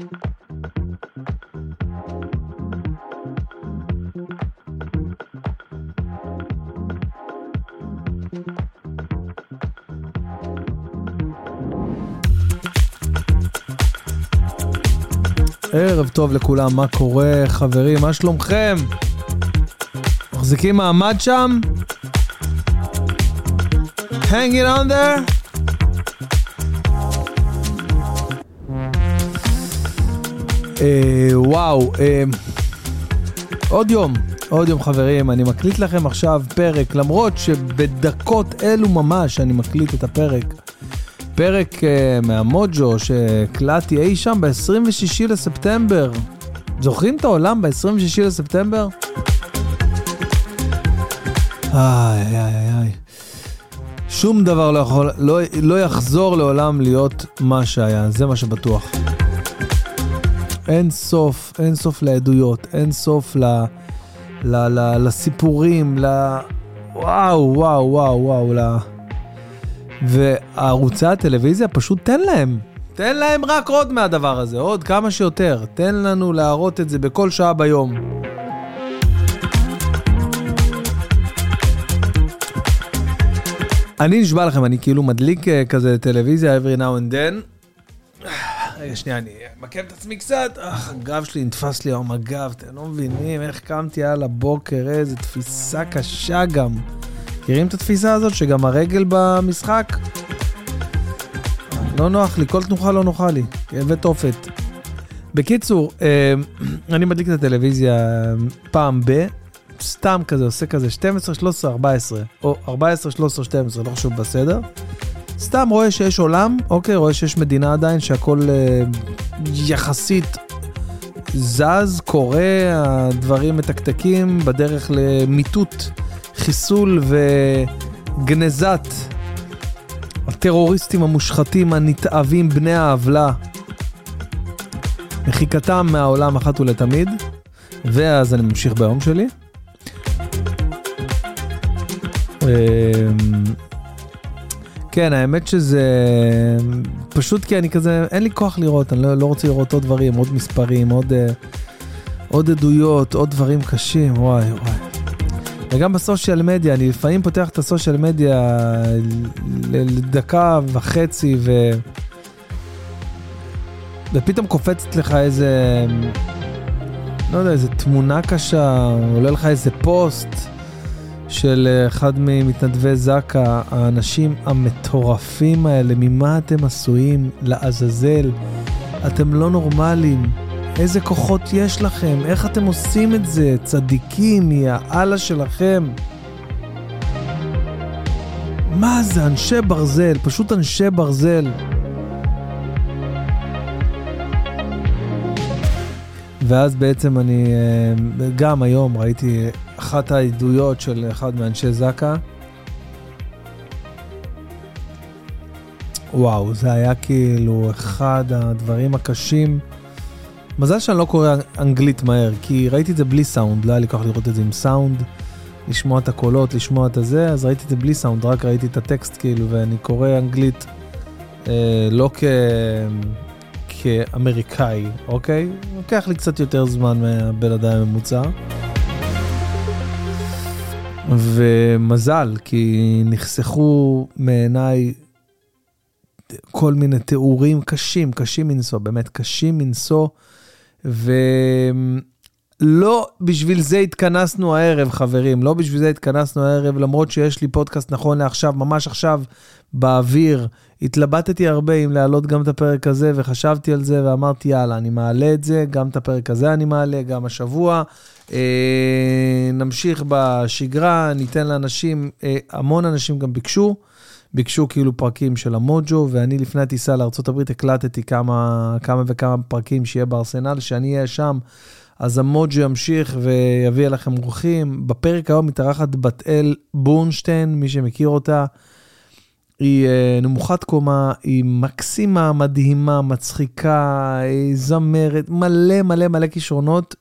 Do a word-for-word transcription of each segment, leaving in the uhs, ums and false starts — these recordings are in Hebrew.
ערב טוב לכולם, מה קורה חברים, מה שלומכם? מחזיקים מעמד שם? Hang it on there? אה, וואו, אה, עוד יום, עוד יום חברים, אני מקליט לכם עכשיו פרק, למרות שבדקות אלו ממש אני מקליט את הפרק. פרק uh, מהמוג'ו שקלטתי אי שם ב-עשרים ושישה לספטמבר. זוכרים את העולם ב-עשרים ושישה לספטמבר? איי, איי, איי. שום דבר לא, יכול, לא, לא יחזור לעולם להיות מה שהיה, זה מה שבטוח. אין סוף, אין סוף לעדויות, אין סוף ל, ל, ל, לסיפורים, ל... וואו, וואו, וואו, וואו, ל... וערוצי הטלוויזיה פשוט תן להם, תן להם רק עוד מהדבר הזה, עוד כמה שיותר, תן לנו להראות את זה בכל שעה ביום. אני נשבע לכם, אני כאילו מדליק כזה טלוויזיה every now and then. רגע שנייה, אני מקם את עצמי קצת, הגב שלי נתפס לי היום הגב, אתם לא מבינים איך קמתי על הבוקר, איזה תפיסה קשה גם. מכירים את התפיסה הזאת שגם הרגל במשחק? לא נוח לי, כל תנוחה לא נוחה לי, ותופת. בקיצור, אני מדליק את הטלוויזיה פעם ב, סתם כזה, עושה כזה שתים עשרה, שלוש עשרה, ארבע עשרה, או ארבע עשרה, שלוש עשרה, שתים עשרה, לא חשוב בסדר. סתם רואה שיש עולם, אוקיי, רואה שיש מדינה עדיין, שהכל יחסית זז, קורה, הדברים מתקתקים בדרך למיטוט, חיסול וגנזת הטרוריסטים המושחתים הנתאבים בני העוולה, מחיקתם מהעולם אחת ולתמיד. ואז אני ממשיך ביום שלי. כן, האמת שזה פשוט כי אני כזה, אין לי כוח לראות, אני לא, לא רוצה לראות עוד דברים, עוד מספרים, עוד, עוד עדויות, עוד דברים קשים, וואי וואי. וגם בסושיאל מדיה, אני לפעמים פותח את הסושיאל מדיה לדקה וחצי, ו... ופתאום קופצת לך איזה, לא יודע, איזה תמונה קשה, עולה לך איזה פוסט של אחד ממתנדבי זקה, האנשים המטורפים האלה, ממה אתם עשויים לעזאזל? אתם לא נורמליים. איזה כוחות יש לכם? איך אתם עושים את זה? צדיקים, היא העלה שלכם. מה זה? אנשי ברזל, פשוט אנשי ברזל. ואז בעצם אני, גם היום ראיתי אחת העדויות של אחד מאנשי זקה. וואו, זה היה כאילו אחד הדברים הקשים. מזל שאני לא קורא אנגלית מהר, כי ראיתי את זה בלי סאונד, לא היה לי כוח לראות את זה עם סאונד, לשמוע את הקולות, לשמוע את הזה, אז ראיתי את זה בלי סאונד, רק ראיתי את הטקסט כאילו, ואני קורא אנגלית אה, לא כ... כאמריקאי, אוקיי? לוקח לי קצת יותר זמן מהבן אדם הממוצע. ומזל, כי נחסכו מעיניי כל מיני תיאורים קשים, קשים מנסוע, באמת קשים מנסוע, ולא בשביל זה התכנסנו הערב, חברים, לא בשביל זה התכנסנו הערב, למרות שיש לי פודקאסט נכון לעכשיו, ממש עכשיו באוויר, התלבטתי הרבה אם להעלות גם את הפרק הזה, וחשבתי על זה, ואמרתי, יאללה, אני מעלה את זה, גם את הפרק הזה אני מעלה, גם השבוע, אה, נמשיך בשגרה, ניתן לאנשים, אה, המון אנשים גם ביקשו, ביקשו כאילו פרקים של המוג'ו, ואני לפני הטיסה לארצות הברית הקלטתי כמה, כמה וכמה פרקים שיהיה בארסנל, שאני אהיה שם, אז המוג'ו ימשיך ויביא לכם אורחים. בפרק היום מתארחת בת אל בורנשטיין, מי שמכיר אותה, היא נמוכת קומה, היא מקסימה, מדהימה, מצחיקה, היא זמרת, מלא מלא מלא כישרונות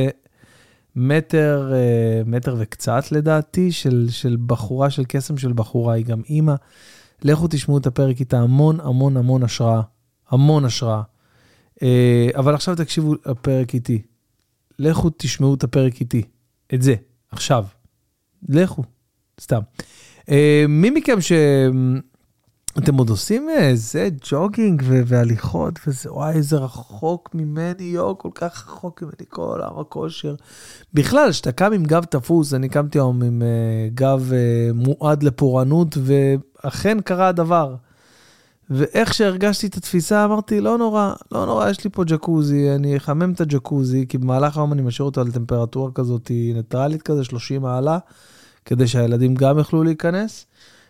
במטר, מטר וקצת לדעתי, של, של בחורה, של קסם של בחורה, היא גם אימא. לכו תשמעו את הפרק איתה, המון המון המון השראה, המון השראה. אבל עכשיו תקשיבו הפרק איתי. לכו תשמעו את הפרק איתי. את זה, עכשיו. לכו, סתם. מי מכם שאתם עוד עושים איזה ג'וגינג והליכות, וזה, וואי, איזה רחוק ממני, יו, כל כך רחוק ממני, כל הר הכושר. בכלל, שאתה קם עם גב תפוס, אני קמתי היום עם גב מועד לפורענות, ואכן קרה הדבר. ואיך שהרגשתי את התפיסה, אמרתי, לא נורא, לא נורא, יש לי פה ג'קוזי, אני אחמם את הג'קוזי, כי במהלך היום אני משאיר אותו על טמפרטורה כזאת ניטרלית כזה, שלושים מעלה, כדי שהילדים גם יוכלו להיכנס,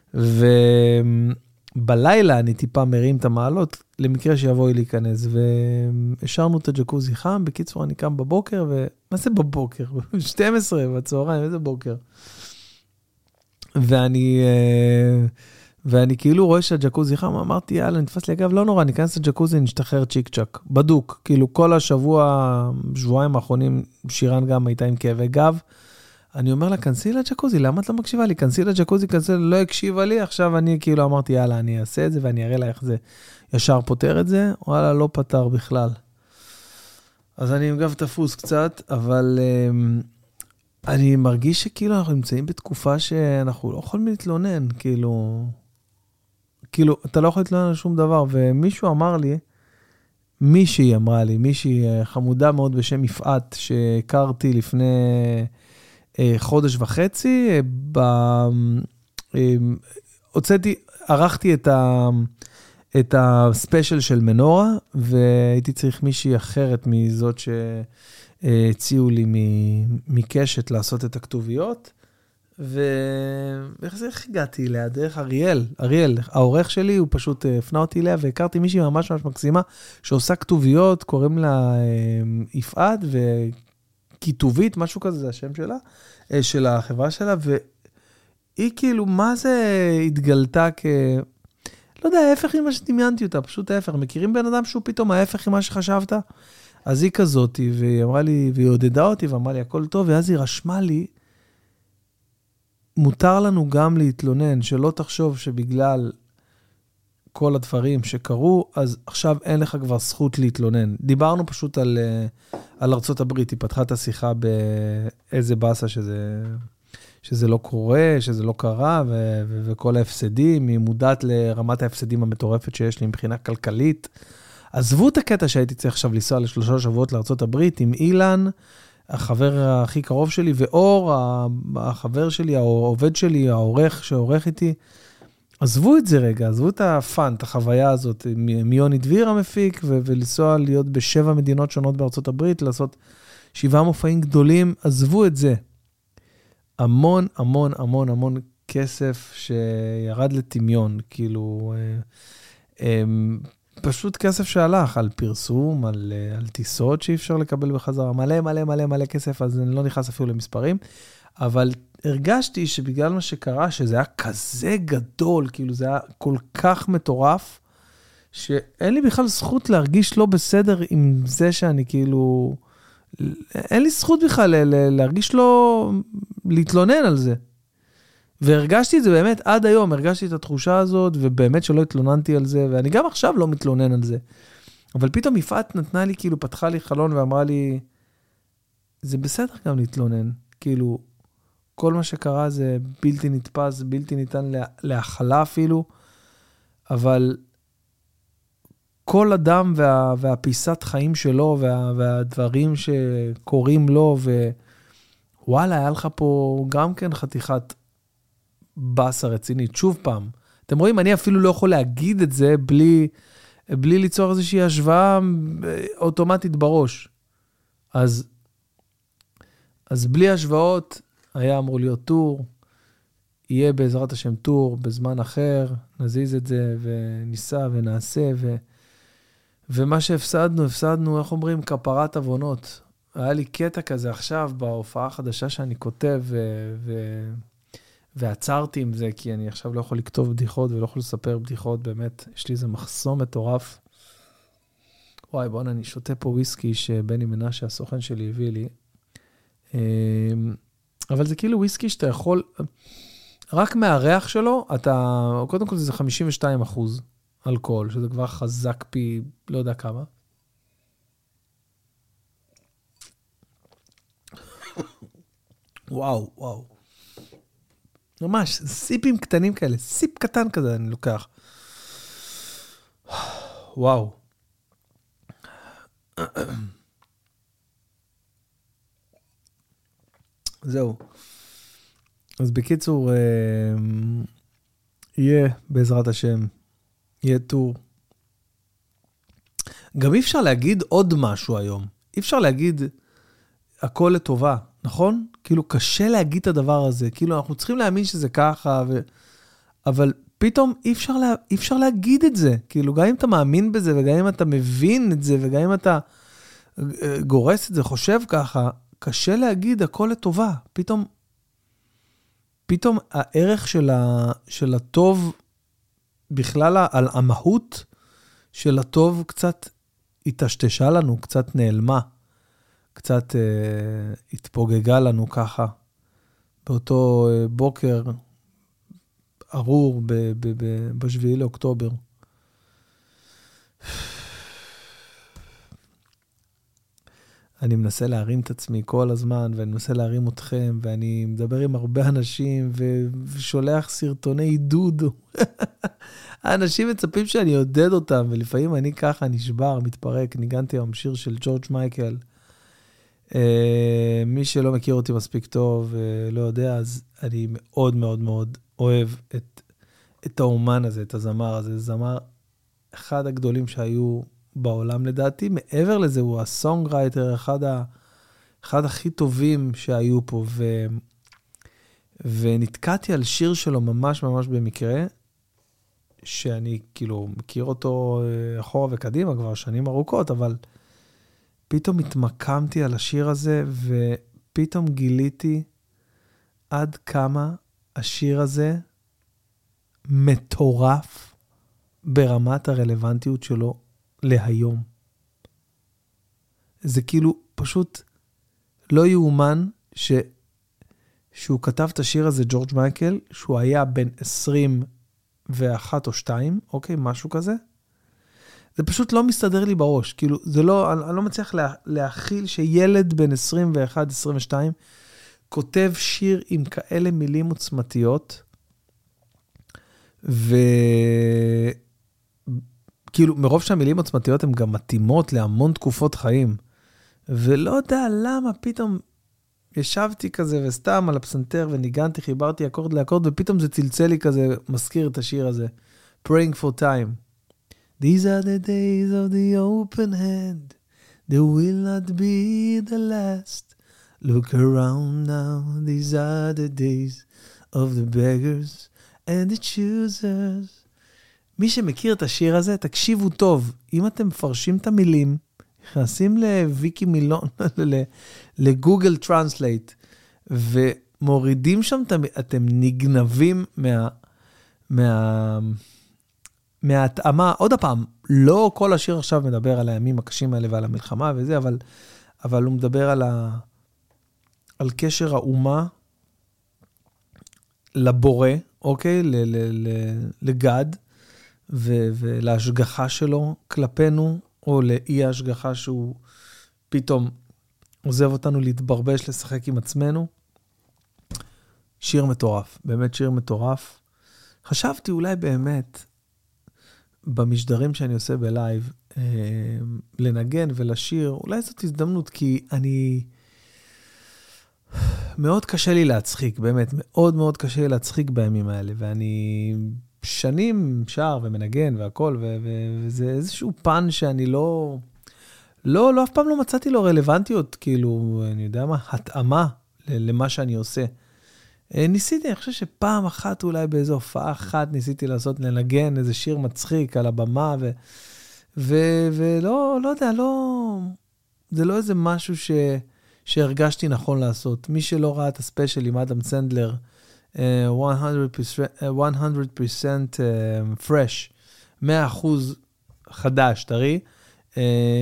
ובלילה אני טיפה מרים את המעלות, למקרה שיבואי להיכנס, והשארנו את הג'קוזי חם, בקיצור אני קם בבוקר, ומה זה בבוקר? שתים עשרה בצהריים, איזה בוקר? ואני... ואני כאילו רואה שהג'קוזי חם, אמרתי, יאללה, נתפס לי אגב, לא נורא, ניכנס לג'קוזי, נשתחרר צ'יק צ'ק, בדוק, כאילו כל השבוע, שבועיים האחרונים, שירן גם הייתה עם כאבי גב, אני אומר לה, כנסי לג'קוזי, למה את לא מקשיבה לי? כנסי לג'קוזי, כנסי, לא הקשיבה לי, עכשיו אני כאילו אמרתי, יאללה, אני אעשה את זה, ואני אראה לה איך זה ישר פותר את זה, וואלה, לא פתר בכלל. אז אני אגב תפוס קצת, אבל... אני מרגיש שכאילו אנחנו נמצאים בתקופה שאנחנו לא יכולים להתלונן, כאילו, כאילו, אתה לא יכול להתלונן על שום דבר, ומישהו אמר לי, מישהי אמרה לי, מישהי חמודה מאוד בשם יפעת, שהכרתי לפני אה, חודש וחצי, אה, ב, אה, הוצאתי, ערכתי את ה... את הספיישל של מנורה, והייתי צריך מישהי אחרת מזאת שהציעו לי מקשת לעשות את הכתוביות, ואיך זה איך הגעתי אליה? דרך אריאל, אריאל, העורך שלי, הוא פשוט הפנה אותי אליה, והכרתי מישהי ממש ממש מקסימה, שעושה כתוביות, קוראים לה יפעת, וכיתובית, משהו כזה, זה השם שלה, של החברה שלה, והיא כאילו, מה זה התגלתה כ... לא יודע, ההפך ממה שדמיינתי אותה, פשוט ההפך. מכירים בן אדם שהוא פתאום ההפך ממה שחשבת? אז היא כזאת, והיא אמרה לי, והיא עודדה אותי, ואמרה לי, הכל טוב, ואז היא רשמה לי, מותר לנו גם להתלונן, שלא תחשוב שבגלל כל הדברים שקרו, אז עכשיו אין לך כבר זכות להתלונן. דיברנו פשוט על, על ארצות הברית, היא פתחה את השיחה באיזה באסה שזה... שזה לא קורה, שזה לא קרה, ו- ו- וכל ההפסדים, היא מודעת לרמת ההפסדים המטורפת שיש לי מבחינה כלכלית. עזבו את הקטע שהייתי צריך עכשיו לנסוע לשלושה שבועות לארצות הברית, עם אילן, החבר הכי קרוב שלי, ואור, החבר שלי, העובד שלי, העורך שעורך איתי. עזבו את זה רגע, עזבו את הפאן, את החוויה הזאת, מיוני דביר המפיק, ו- ולנסוע להיות בשבע מדינות שונות בארצות הברית, לעשות שבעה מופעים גדולים, עזבו את זה. המון, המון, המון, המון כסף שירד לטמיון, כאילו, אה, אה, פשוט כסף שהלך על פרסום, על, על טיסות שאי אפשר לקבל בחזרה, מלא, מלא, מלא, מלא כסף, אז אני לא נכנס אפילו למספרים, אבל הרגשתי שבגלל מה שקרה, שזה היה כזה גדול, כאילו זה היה כל כך מטורף, שאין לי בכלל זכות להרגיש לא בסדר עם זה שאני כאילו... אין לי זכות בכלל להרגיש לו, להתלונן על זה. והרגשתי את זה באמת עד היום, הרגשתי את התחושה הזאת, ובאמת שלא התלוננתי על זה, ואני גם עכשיו לא מתלונן על זה. אבל פתאום יפעת נתנה לי, כאילו פתחה לי חלון ואמרה לי, זה בסדר גם להתלונן. כאילו, כל מה שקרה זה בלתי נתפס, בלתי ניתן להכלה אפילו, אבל... כל אדם וה, והפיסת חיים שלו, וה, והדברים שקורים לו, ווואלה, היה לך פה גם כן חתיכת בסה רצינית. שוב פעם, אתם רואים, אני אפילו לא יכול להגיד את זה, בלי, בלי ליצור איזושהי השוואה אוטומטית בראש. אז, אז בלי השוואות, היה אמור להיות טור, יהיה בעזרת השם טור, בזמן אחר, נזיז את זה, וניסה ונעשה, ו... ומה שהפסדנו, הפסדנו, איך אומרים, כפרת אבונות. היה לי קטע כזה עכשיו, בהופעה החדשה שאני כותב, ו... ו... ועצרתי עם זה, כי אני עכשיו לא יכול לכתוב בדיחות, ולא יכול לספר בדיחות, באמת, יש לי איזה מחסום מטורף. וואי, בואו, אני שותה פה וויסקי, שבני מנשה, הסוכן שלי, הביא לי. אבל זה כאילו וויסקי שאתה יכול, רק מהריח שלו, אתה, קודם כל זה חמישים ושתיים אחוז. אלכוהול, שזה כבר חזק פי, לא יודע כמה. וואו, וואו. ממש, סיפים קטנים כאלה, סיפ קטן כזה אני לוקח. וואו. זהו. אז בקיצור, יהיה בעזרת השם, יהיה טור. גם אי אפשר להגיד עוד משהו היום. אי אפשר להגיד הכל לטובה, נכון? כאילו קשה להגיד את הדבר הזה. כאילו אנחנו צריכים להאמין שזה ככה, ו... אבל פתאום אי אפשר, לה... אי אפשר להגיד את זה. כאילו גם אם אתה מאמין בזה, וגם אם אתה מבין את זה, וגם אם אתה גורס את זה, חושב ככה, קשה להגיד הכל לטובה. פתאום, פתאום הערך של, ה... של הטוב, בכלל על המהות של הטוב קצת התשתשה לנו, קצת נעלמה, קצת אה, התפוגגה לנו ככה, באותו אה, בוקר ארור ב- ב- ב- בשביעי לאוקטובר. אני מנסה להרים את עצמי כל הזמן, ואני מנסה להרים אתכם, ואני מדבר עם הרבה אנשים, ו- ושולח סרטוני עידוד. האנשים מצפים שאני יודד אותם, ולפעמים אני ככה נשבר, מתפרק. ניגנתי היום שיר של ג'ורג' מייקל. Uh, מי שלא מכיר אותי מספיק טוב, uh, לא יודע, אז אני מאוד מאוד מאוד אוהב את, את האומן הזה, את הזמר הזה. זה זמר אחד הגדולים שהיו בעולם לדעתי. מעבר לזה, הוא הסונגרייטר, אחד, ה, אחד הכי טובים שהיו פה. ו, ונתקעתי על שיר שלו ממש ממש במקרה, שאני כאילו מכיר אותו אחורה וקדימה כבר שנים ארוכות, אבל פתאום התמקמתי על השיר הזה, ופתאום גיליתי עד כמה השיר הזה מטורף ברמת הרלוונטיות שלו להיום. זה כאילו פשוט לא יאומן ש... שהוא כתב את השיר הזה, ג'ורג' מייקל, שהוא היה בן עשרים ואחת או שתיים, אוקיי, משהו כזה. זה פשוט לא מסתדר לי בראש, כאילו, זה לא, אני, אני לא מצליח לה, להכיל שילד בן עשרים ואחת עשרים ושתיים כותב שיר עם כאלה מילים עוצמתיות, וכאילו, מרוב שהמילים עוצמתיות הן גם מתאימות להמון תקופות חיים, ולא יודע למה פתאום ישבתי כזה וסתם על הפסנתר וניגנתי, חיברתי אקורד לאקורד, ופתאום זה צלצל לי כזה, מזכיר את השיר הזה, Praying for Time. These are the days of the open hand. They will not be the last. Look around now. These are the days of the beggars and the choosers. מי שמכיר את השיר הזה, תקשיבו טוב. אם אתם מפרשים את המילים, נכנסים לוויקי מילון, לגוגל טרנסלייט, ומורידים שם, אתם נגנבים מה... מה... מההתאמה, עוד הפעם, לא כל השיר עכשיו מדבר על הימים הקשים האלה ועל המלחמה וזה, אבל, אבל הוא מדבר על, ה, על קשר האומה לבורא, אוקיי? ל, ל, ל, לגד, ו, ולהשגחה שלו כלפינו, או לאי ההשגחה שהוא פתאום עוזב אותנו להתברבש, לשחק עם עצמנו. שיר מטורף, באמת שיר מטורף. חשבתי אולי באמת, במשדרים שאני עושה בלייב, אה, לנגן ולשיר, אולי זאת הזדמנות, כי אני... מאוד קשה לי להצחיק, באמת, מאוד מאוד קשה לי להצחיק בימים האלה, ואני שנים שר ומנגן והכל, ו- ו- וזה איזשהו פן שאני לא... לא, לא, אף פעם לא מצאתי לו רלוונטיות, כאילו, אני יודע מה, התאמה למה שאני עושה. ניסיתי, אני חושב שפעם אחת אולי באיזו הופעה אחת ניסיתי לעשות, לנגן איזה שיר מצחיק על הבמה, ו, ו, ולא, לא יודע, לא, זה לא איזה משהו ש, שהרגשתי נכון לעשות. מי שלא ראה את הספיישל עם אדם סנדלר, uh, מאה פרסנט uh, fresh, מאה אחוז חדש, תראי, uh,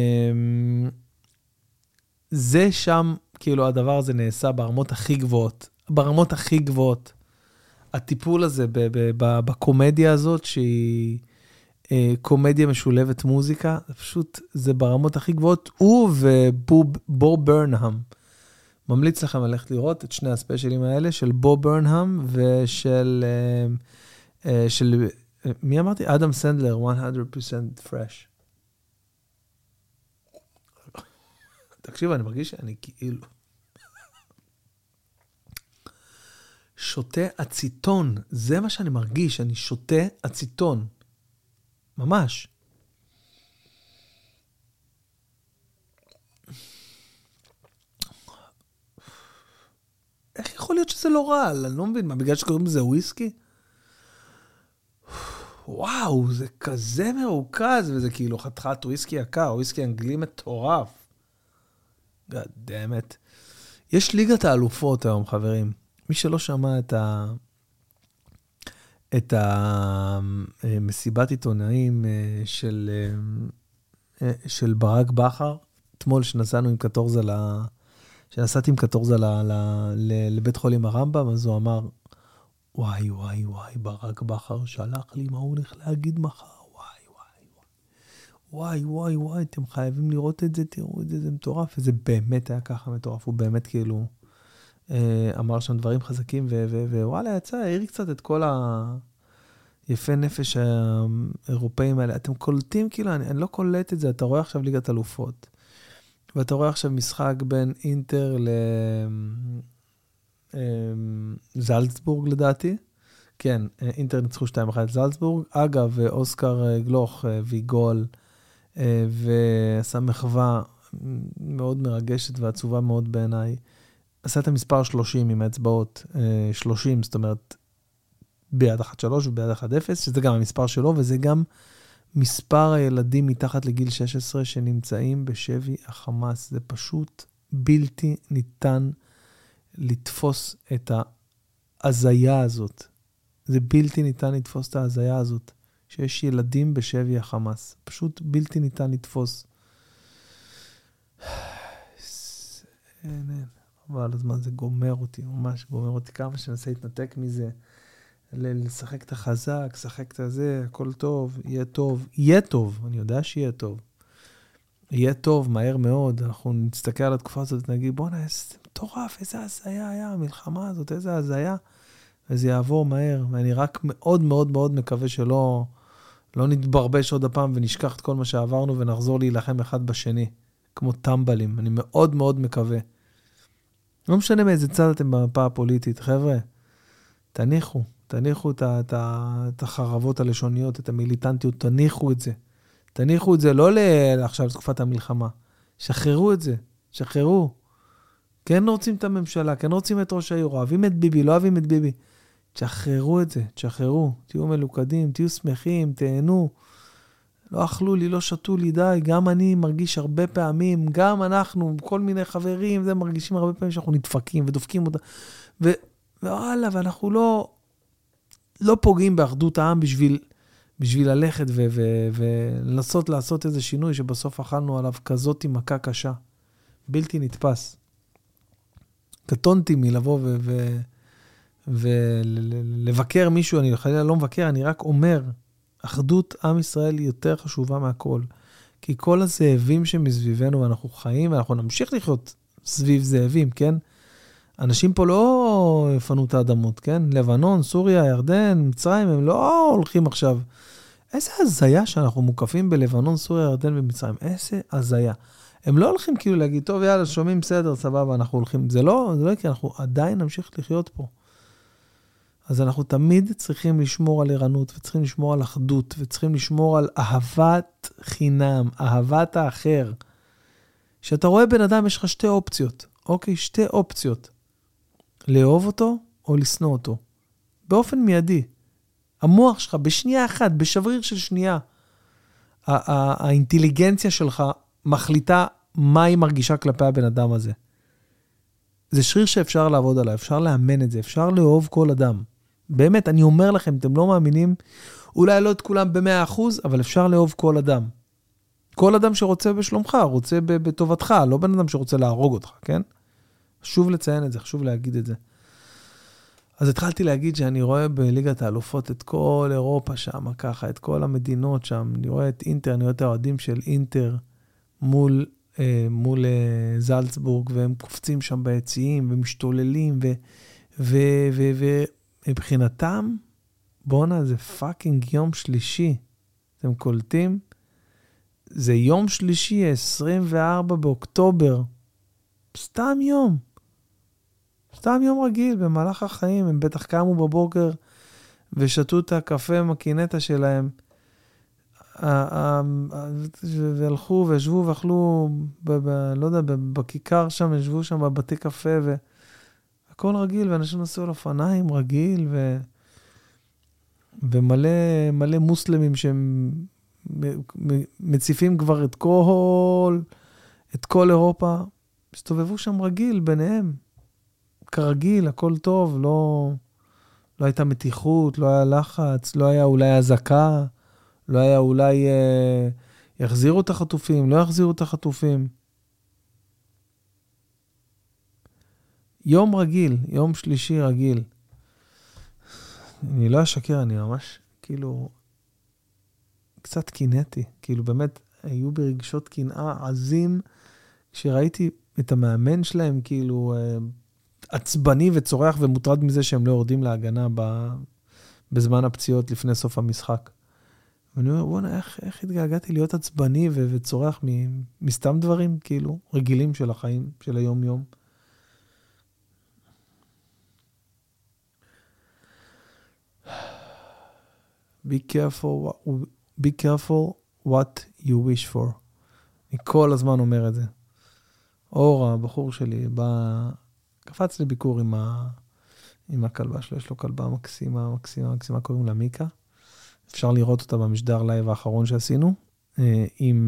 זה שם, כאילו הדבר הזה נעשה ברמות הכי גבוהות, ברמות הכי גבוהות. הטיפול הזה ב- ב- ב- בקומדיה הזאת, שהיא אה, קומדיה משולבת מוזיקה, זה פשוט, זה ברמות הכי גבוהות. הוא ובור ברנהאם, ממליץ לכם ללכת לראות את שני הספיישלים האלה, של בוב ברנהאם ושל, של, מי אמרתי? אדם סנדלר, מאה אחוז fresh. תקשיב, אני מרגיש שאני כאילו שותה אציטון, זה מה שאני מרגיש, אני שותה אציטון. ממש. איך יכול להיות שזה לא רע? אני לא מבין, מה, בגלל שקוראים לזה וויסקי? וואו, זה כזה מרוכז, וזה כאילו חתיכת וויסקי יקר, וויסקי אנגלי מטורף. God damn it. יש ליגת האלופות היום, חברים. מי שלא שמע את ה... את המסיבת עיתונאים של, של ברק בכר, אתמול שנסענו עם קטורזה, שנסעתי עם קטורזה לבית חולים הרמב"ם, אז הוא אמר, וואי, וואי, וואי, ברק בכר שלח לי מה הוא הולך להגיד מחר, וואי, וואי, וואי, וואי, וואי, אתם חייבים לראות את זה, תראו את זה, זה מטורף, וזה באמת היה ככה מטורף, הוא באמת כאילו אמר שם דברים חזקים, ווואלה, יצא, העיר קצת את כל היפי נפש האירופאים האלה, אתם קולטים כאילו, אני, אני לא קולט את זה, אתה רואה עכשיו ליגת אלופות, ואתה רואה עכשיו משחק בין אינטר לזלצבורג לדעתי, כן, אינטר ניצחו שתיים אחת לזלצבורג, אגב, אוסקר גלוך ויגול, ועשה מחווה מאוד מרגשת ועצובה מאוד בעיניי, עשה את המספר שלושים עם האצבעות, שלושים, זאת אומרת, ביד אחת שלוש וביד אחת אפס, שזה גם המספר שלו, וזה גם מספר הילדים מתחת לגיל שש עשרה שנמצאים בשבי החמאס. זה פשוט בלתי ניתן לתפוס את ההזיה הזאת. זה בלתי ניתן לתפוס את ההזיה הזאת, שיש ילדים בשבי החמאס. פשוט בלתי ניתן לתפוס. אין, אין. אבל הזמן זה גומר אותי, ממש גומר אותי, כמה שנסה להתנתק מזה, לשחק את החזק, לשחק את הזה, הכל טוב, יהיה טוב, יהיה טוב, אני יודע שיהיה טוב, יהיה טוב, מהר מאוד, אנחנו נסתכל על התקופה הזאת, נגיד, בוא נעש, זה מטורף, איזה הזיה היה, המלחמה הזאת, איזה הזיה, וזה יעבור מהר, ואני רק מאוד מאוד מאוד מקווה שלא, לא נתברבש עוד הפעם, ונשכח את כל מה שעברנו, ונחזור להילחם אחד בשני, כמו טמבלים, אני מאוד מאוד מקווה, לא משנה מאיזה צד אתם במפה הפוליטית, חבר'ה, תניחו, תניחו את, את, את החרבות הלשוניות, את המיליטנטיות, תניחו את זה. תניחו את זה, לא לעכשיו תקופת המלחמה. שחררו את זה, שחררו. כן רוצים את הממשלה, כן רוצים את ראש העיר, אוהבים את ביבי, לא אוהבים את ביבי. תשחררו את זה, תשחררו. תהיו מלוכדים, תהיו שמחים, תהנו. לא אכלו לי, לא שתו לי, די. גם אני מרגיש הרבה פעמים, גם אנחנו, כל מיני חברים, זה מרגישים הרבה פעמים שאנחנו נדפקים ודופקים אותה. ו... וואלה, ואנחנו לא, לא פוגעים באחדות העם בשביל, בשביל ללכת ו, ו, ולנסות לעשות איזה שינוי שבסוף אכלנו עליו כזאת מכה קשה. בלתי נתפס. קטונתי מלבוא ו, ו, ולבקר מישהו, אני חלילה לא מבקר, אני רק אומר, אחדות עם ישראל היא יותר חשובה מהכל. כי כל הזאבים שמסביבנו ואנחנו חיים, ואנחנו נמשיך לחיות סביב זאבים, כן? אנשים פה לא יפנו את האדמות, כן? לבנון, סוריה, ירדן, מצרים, הם לא הולכים עכשיו. איזה הזיה שאנחנו מוקפים בלבנון, סוריה, ירדן ומצרים. איזה הזיה. הם לא הולכים כאילו להגיד, טוב, יאללה, שומעים בסדר, סבבה, אנחנו הולכים. זה לא, זה לא יקרה, אנחנו עדיין נמשיך לחיות פה. אז אנחנו תמיד צריכים לשמור על ערנות, וצריכים לשמור על אחדות, וצריכים לשמור על אהבת חינם, אהבת האחר. שאתה רואה בן אדם, יש לך שתי אופציות. אוקיי, שתי אופציות. לאהוב אותו או לשנוא אותו. באופן מיידי. המוח שלך בשנייה אחת, בשבריר של שנייה, האינטליגנציה שלך מחליטה מה היא מרגישה כלפי הבן אדם הזה. זה שריר שאפשר לעבוד עליו, אפשר לאמן את זה, אפשר לאהוב כל אדם. באמת, אני אומר לכם, אתם לא מאמינים, אולי לא את כולם ב-מאה אחוז, אבל אפשר לאהוב כל אדם. כל אדם שרוצה בשלומך, רוצה בטובתך, לא בן אדם שרוצה להרוג אותך, כן? חשוב לציין את זה, חשוב להגיד את זה. אז התחלתי להגיד שאני רואה בליגת האלופות את כל אירופה שם, ככה, את כל המדינות שם, אני רואה את אינטר, אני רואה את האוהדים של אינטר, מול אה, מול אה, זלצבורג, והם קופצים שם ביציעים, ומשתוללים, ו... ו... ו... ו... מבחינתם, בונה, זה פאקינג יום שלישי. אתם קולטים? זה יום שלישי, עשרים וארבעה באוקטובר. סתם יום. סתם יום רגיל, במהלך החיים. הם בטח קמו בבוקר ושתו את הקפה עם הקינטה שלהם. והלכו וישבו ואכלו, לא יודע, בכיכר שם, ישבו שם בבתי קפה, והכל רגיל, ואנשים נסעו על אופניים רגיל, ו... ומלא מלא מוסלמים שהם מציפים כבר את כל, את כל אירופה, הסתובבו שם רגיל ביניהם, כרגיל, הכל טוב, לא, לא הייתה מתיחות, לא היה לחץ, לא היה אולי הזקה, לא היה אולי אה, יחזירו את החטופים, לא יחזירו את החטופים. יום רגיל, יום שלישי רגיל. אני לא אשקר, אני ממש, כאילו, קצת קינאתי, כאילו באמת, היו ברגשות קנאה עזים, כשראיתי את המאמן שלהם, כאילו, עצבני וצורח ומוטרד מזה שהם לא יורדים להגנה ב, בזמן הפציעות לפני סוף המשחק. ואני אומר, בוא'נה, איך, איך התגעגעתי להיות עצבני ו- וצורח מ- מסתם דברים, כאילו, רגילים של החיים, של היום-יום. Be careful, be careful what you wish for. אני כל הזמן אומר את זה. אור, הבחור שלי, בא, קפץ לביקור עם, ה, עם הכלבה שלו, יש לו כלבה מקסימה, מקסימה, מקסימה, קוראים לה מיקה. אפשר לראות אותה במשדר לייב האחרון שעשינו, עם,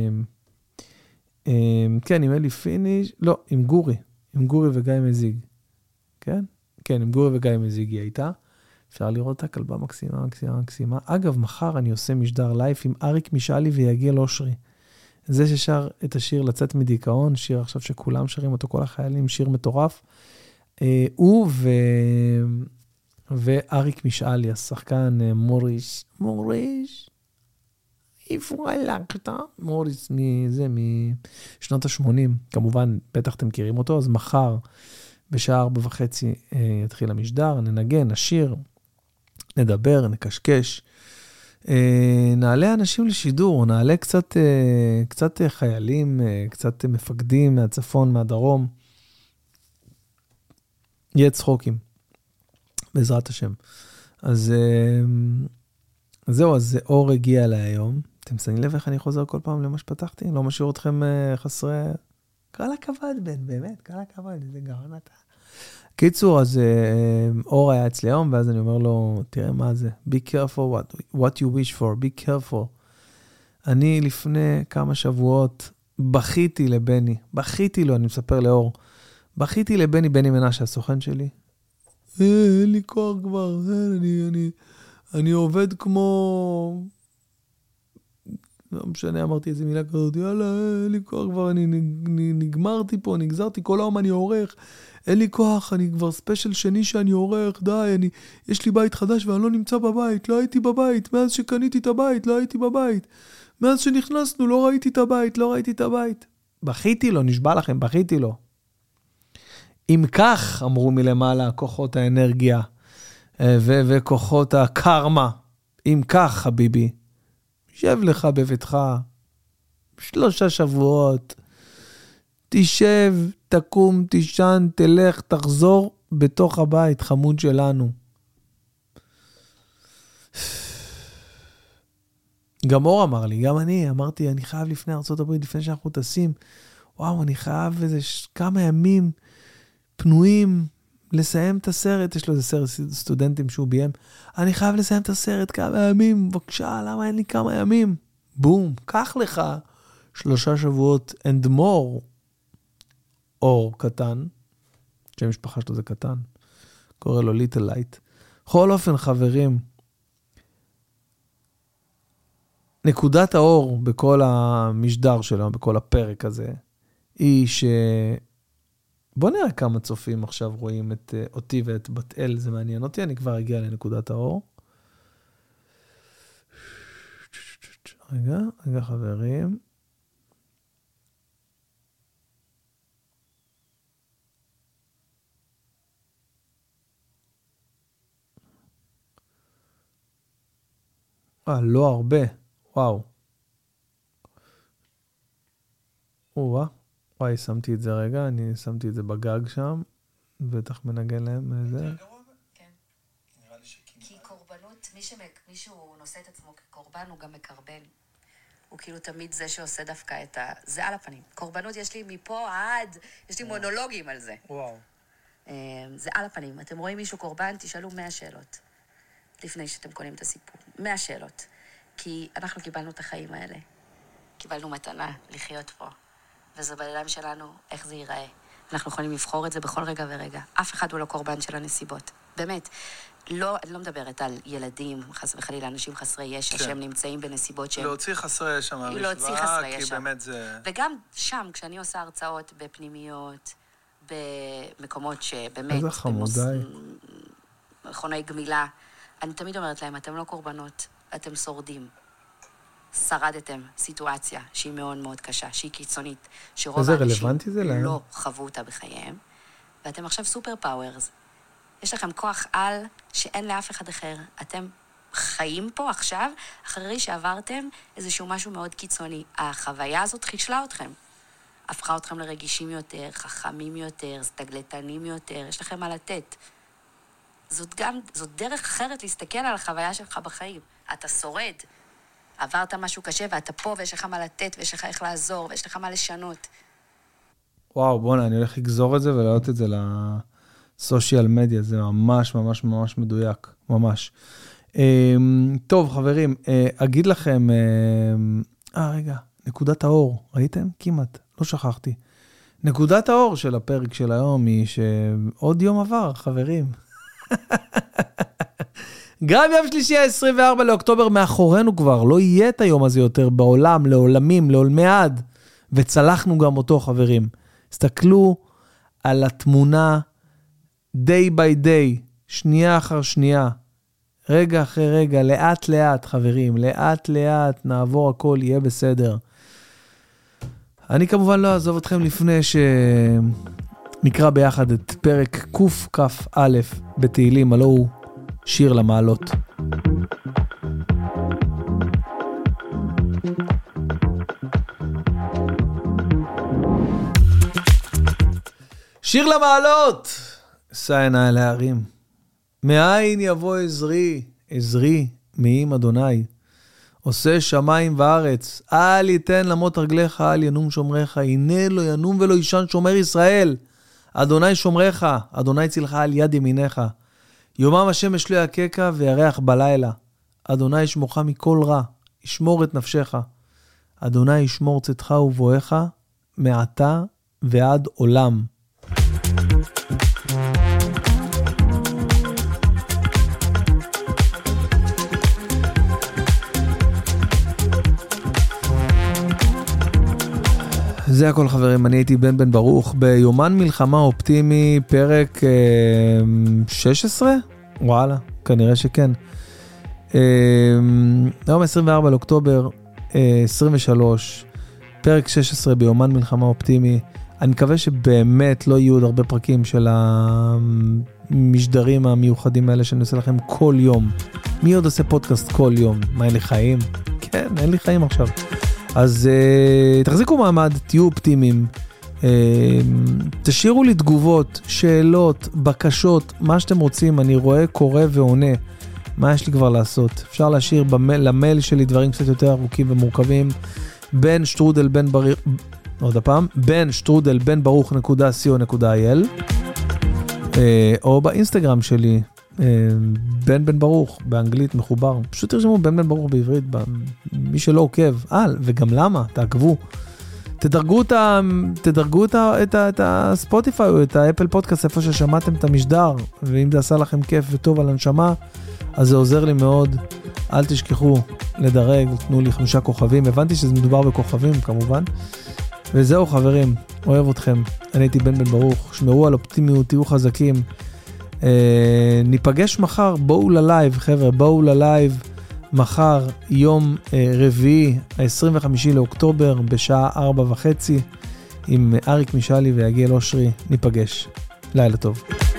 כן, עם אלי פיניש, לא, עם גורי, עם גורי וגיא מזיג. כן? כן, עם גורי וגיא מזיג היא הייתה. אפשר לראות את הכלבה מקסימה, מקסימה, מקסימה. אגב, מחר אני עושה משדר לייב עם אריק משאלי ויגיל אושרי. זה ששר את השיר לצאת מדיכאון, שיר עכשיו שכולם שרים אותו, כל החיילים, שיר מטורף. הוא ו... ואריק משאלי, השחקן מוריס, מוריס, איפה הלכת? מוריס מזה, משנות ה-שמונים, כמובן, בטח אתם מכירים אותו, אז מחר, בשעה ארבע וחצי, יתחיל המשדר, ננגן, נשיר, נדבר, נקשקש, נעלה אנשים לשידור, נעלה קצת, קצת חיילים, קצת מפקדים מהצפון, מהדרום, יהיה צחוקים. בעזרת השם. אז זהו, אז אור הגיע אליי היום. אתם שמים לב איך אני חוזר כל פעם למה שפתחתי? לא משאיר אתכם חסרי... קרא הכבוד, בן, באמת, קרא הכבוד, זה גאון אתה. קיצור, אז אור היה אצלי היום, ואז אני אומר לו, תראה מה זה, be careful what, what you wish for, be careful. אני לפני כמה שבועות בכיתי לבני, בכיתי לו, אני מספר לאור, בכיתי לבני, בני מנשה, הסוכן שלי, אין לי כוח כבר, אני, אני, אני עובד כמו, לא משנה, אמרתי איזה מילה כזאת, יאללה, אין לי כוח כבר, אני נגמרתי פה, נגזרתי, כל היום אני עורך, אין לי כוח, אני כבר ספיישל שני שאני עורך, די, אני, יש לי בית חדש ואני לא נמצא בבית, לא הייתי בבית, מאז שקניתי את הבית, לא הייתי בבית, מאז שנכנסנו, לא ראיתי את הבית, לא ראיתי את הבית. בכיתי לו, נשבע לכם, בכיתי לו. אם כך, אמרו מלמעלה, כוחות האנרגיה ו- וכוחות הקרמה, אם כך, חביבי, שב לך בביתך, שלושה שבועות, תשב, תקום, תישן, תלך, תחזור בתוך הבית, חמוד שלנו. גם אור אמר לי, גם אני, אמרתי, אני חייב לפני ארצות הברית, לפני שאנחנו טסים, וואו, אני חייב איזה כמה ימים פנויים לסיים את הסרט, יש לו איזה סרט סטודנטים שהוא ביים, אני חייב לסיים את הסרט כמה ימים, בבקשה, למה אין לי כמה ימים? בום, קח לך שלושה שבועות and more, אור קטן, שם משפחה שלו זה קטן, קורא לו ליטל לייט. בכל אופן, חברים, נקודת האור בכל המשדר שלנו, בכל הפרק הזה, היא ש... בוא נראה כמה צופים עכשיו רואים את אותי ואת בת אל, זה מעניין אותי, אני כבר אגיע לנקודת האור. רגע, רגע חברים. אה, לא הרבה. וואו. וואו. וואי, שמתי את זה רגע, אני שמתי את זה בגג שם, בטח מנגן להם איזה. כן. כי קורבנות, מישהו נושא את עצמו כקורבן, הוא גם מקרבן. הוא כאילו תמיד זה שעושה דווקא את ה... זה על הפנים. קורבנות יש לי מפה עד, יש לי מונולוגים על זה. וואו. זה על הפנים. אתם רואים מישהו קורבן, תשאלו מאה שאלות. לפני שאתם קונים את הסיפור. מאה שאלות. כי אנחנו קיבלנו את החיים האלה. קיבלנו מתנה לחיות פה. וזה בידיים שלנו, איך זה ייראה. אנחנו יכולים לבחור את זה בכל רגע ורגע. אף אחד הוא לא קורבן של הנסיבות. באמת. לא, אני לא מדברת על ילדים, חס וחלילה, אנשים חסרי ישע, כן. שהם נמצאים בנסיבות שהם... להוציא חסרי ישע מהמשוואה, להוציא חסרי ישע. כי באמת זה... וגם שם, כשאני עושה הרצאות בפנימיות, במקומות שבאמת... איזה חמודיי. מכוני גמילה, אני תמיד אומרת להם, אתם לא קורבנות, אתם שורדים. שרדתם סיטואציה שהיא מאוד מאוד קשה, שהיא קיצונית, שרוב האנשים לא חוו אותה בחייהם, ואתם עכשיו סופר פאוורס. יש לכם כוח על שאין לאף אחד אחר. אתם חיים פה עכשיו, אחרי שעברתם איזשהו משהו מאוד קיצוני. החוויה הזאת חישלה אתכם. הפכה אתכם לרגישים יותר, חכמים יותר, סטגלטנים יותר, יש לכם מה לתת. זאת גם, זאת דרך אחרת להסתכל על החוויה שלך בחיים. אתה שורד, עברת משהו קשה ואתה פה ויש לך מה לתת ויש לך איך לעזור ויש לך מה לשנות. וואו, בוא'נה, אני הולך לגזור את זה ולהעלות את זה לסושיאל מדיה, זה ממש ממש ממש מדויק, ממש. טוב, חברים, אגיד לכם, אה, רגע, נקודת האור, ראיתם? כמעט, לא שכחתי. נקודת האור של הפרק של היום היא שעוד יום עבר, חברים. גם יום שלישי ה-עשרים וארבעה לאוקטובר מאחורינו כבר, לא יהיה את היום הזה יותר בעולם, לעולמים, לעולמי עד, וצלחנו גם אותו, חברים. הסתכלו על התמונה day by day, שנייה אחר שנייה, רגע אחרי רגע, לאט לאט, חברים, לאט לאט, נעבור הכל, יהיה בסדר. אני כמובן לא אעזוב אתכם לפני שנקרא ביחד את פרק קוף כף א' בתהילים, הלא הוא שיר למעלות. שיר למעלות, שא עיני אל ההרים. מאין יבוא עזרי, עזרי מעם אדוני. עושה שמיים וארץ, אל ייתן למות רגליך, אל ינום שומריך, הנה לא ינום ולא ישן שומר ישראל. אדוני שומריך, אדוני צילך על יד ימיניך. יומם השמש לא יקקה וירח בלילה. אדוני ישמורך מכל רע, ישמור את נפשך. אדוני ישמור צאתך ובואך, מעתה ועד עולם. זה הכל, חברים, אני הייתי בן בן ברוך ביומן מלחמה אופטימי, פרק אה, שש עשרה? וואלה, כנראה שכן. אה, היום עשרים וארבעה לאוקטובר אה, עשרים ושלוש, פרק שש עשרה ביומן מלחמה אופטימי. אני מקווה שבאמת לא יהיו עוד הרבה פרקים של המשדרים המיוחדים האלה שאני עושה לכם כל יום. מי עוד עושה פודקאסט כל יום? מה, אין לי חיים? כן, אין לי חיים עכשיו. אז uh, תחזיקו מעמד, תהיו אופטימיים, uh, תשאירו לי תגובות, שאלות, בקשות, מה שאתם רוצים, אני רואה, קורא ועונה, מה יש לי כבר לעשות? אפשר להשאיר במייל, למייל שלי דברים קצת יותר ארוכים ומורכבים, בן שטרודל בן ברוך, עוד הפעם, בן שטרודל בן ברוך נקודה סי או נקודה איי אל, uh, או באינסטגרם שלי, בן בן ברוך, באנגלית מחובר. פשוט תרשמו בן בן ברוך בעברית, מי שלא עוקב. אה, וגם למה? תעקבו. תדרגו את ה... תדרגו את ה... את ה... את הספוטיפיי או את האפל פודקאסט, איפה ששמעתם את המשדר, ואם זה עשה לכם כיף וטוב על הנשמה, אז זה עוזר לי מאוד. אל תשכחו לדרג, תנו לי חמישה כוכבים. הבנתי שזה מדובר בכוכבים, כמובן. וזהו, חברים. אוהב אתכם. אני הייתי בן בן ברוך. שמרו על אופטימיות, תהיו חזקים. Uh, ניפגש מחר, בואו ללייב, חבר'ה, בואו ללייב מחר, יום uh, רביעי, ה-עשרים וחמישה לאוקטובר, בשעה ארבע וחצי, עם אריק משלי ויגיל אושרי. ניפגש. לילה טוב.